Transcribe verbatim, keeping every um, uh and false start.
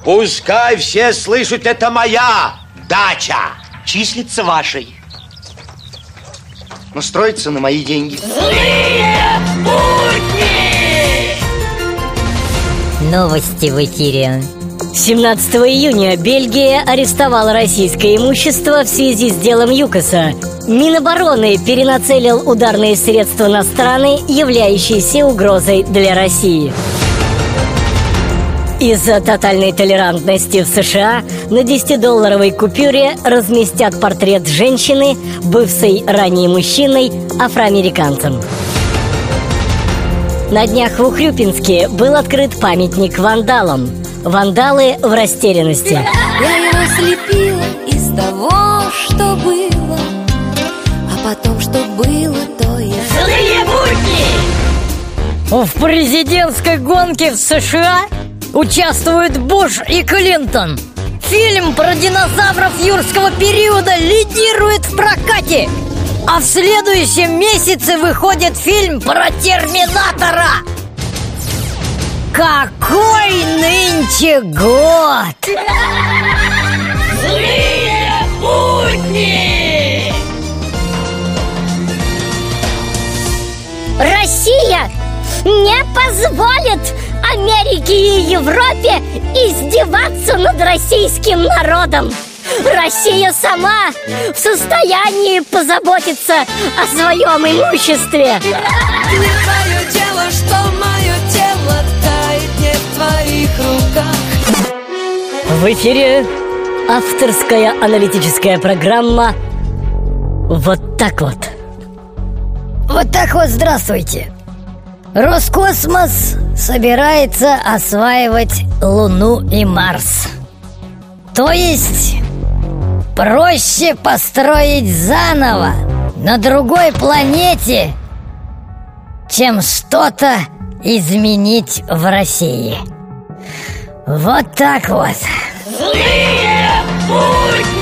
Пускай все слышат, это моя дача. Числится вашей. Но строится на мои деньги. Злые будни! Новости в эфире. семнадцатого июня Бельгия арестовала российское имущество в связи с делом ЮКОСа. Минобороны перенацелил ударные средства на страны, являющиеся угрозой для России. Из-за тотальной толерантности в США на десятидолларовой купюре разместят портрет женщины, бывшей ранее мужчиной, афроамериканцем. На днях в Ухрюпинске был открыт памятник вандалам. Вандалы в растерянности. Я его слепила из того, что было, а потом, что было, то я... Злые будни! В президентской гонке в США участвуют Буш и Клинтон. Фильм про динозавров юрского периода лидирует в прокате. А в следующем месяце выходит фильм про Терминатора. Какой нынче год! Злые будни! Россия не позволит Америке и Европе издеваться над российским народом. Россия сама в состоянии позаботиться о своем имуществе. Не твое дело, что мое тело тает не в твоих руках. В эфире авторская аналитическая программа «Вот так вот». Вот так вот, здравствуйте. Роскосмос собирается осваивать Луну и Марс. То есть проще построить заново на другой планете, чем что-то изменить в России. Вот так вот. Злые будни!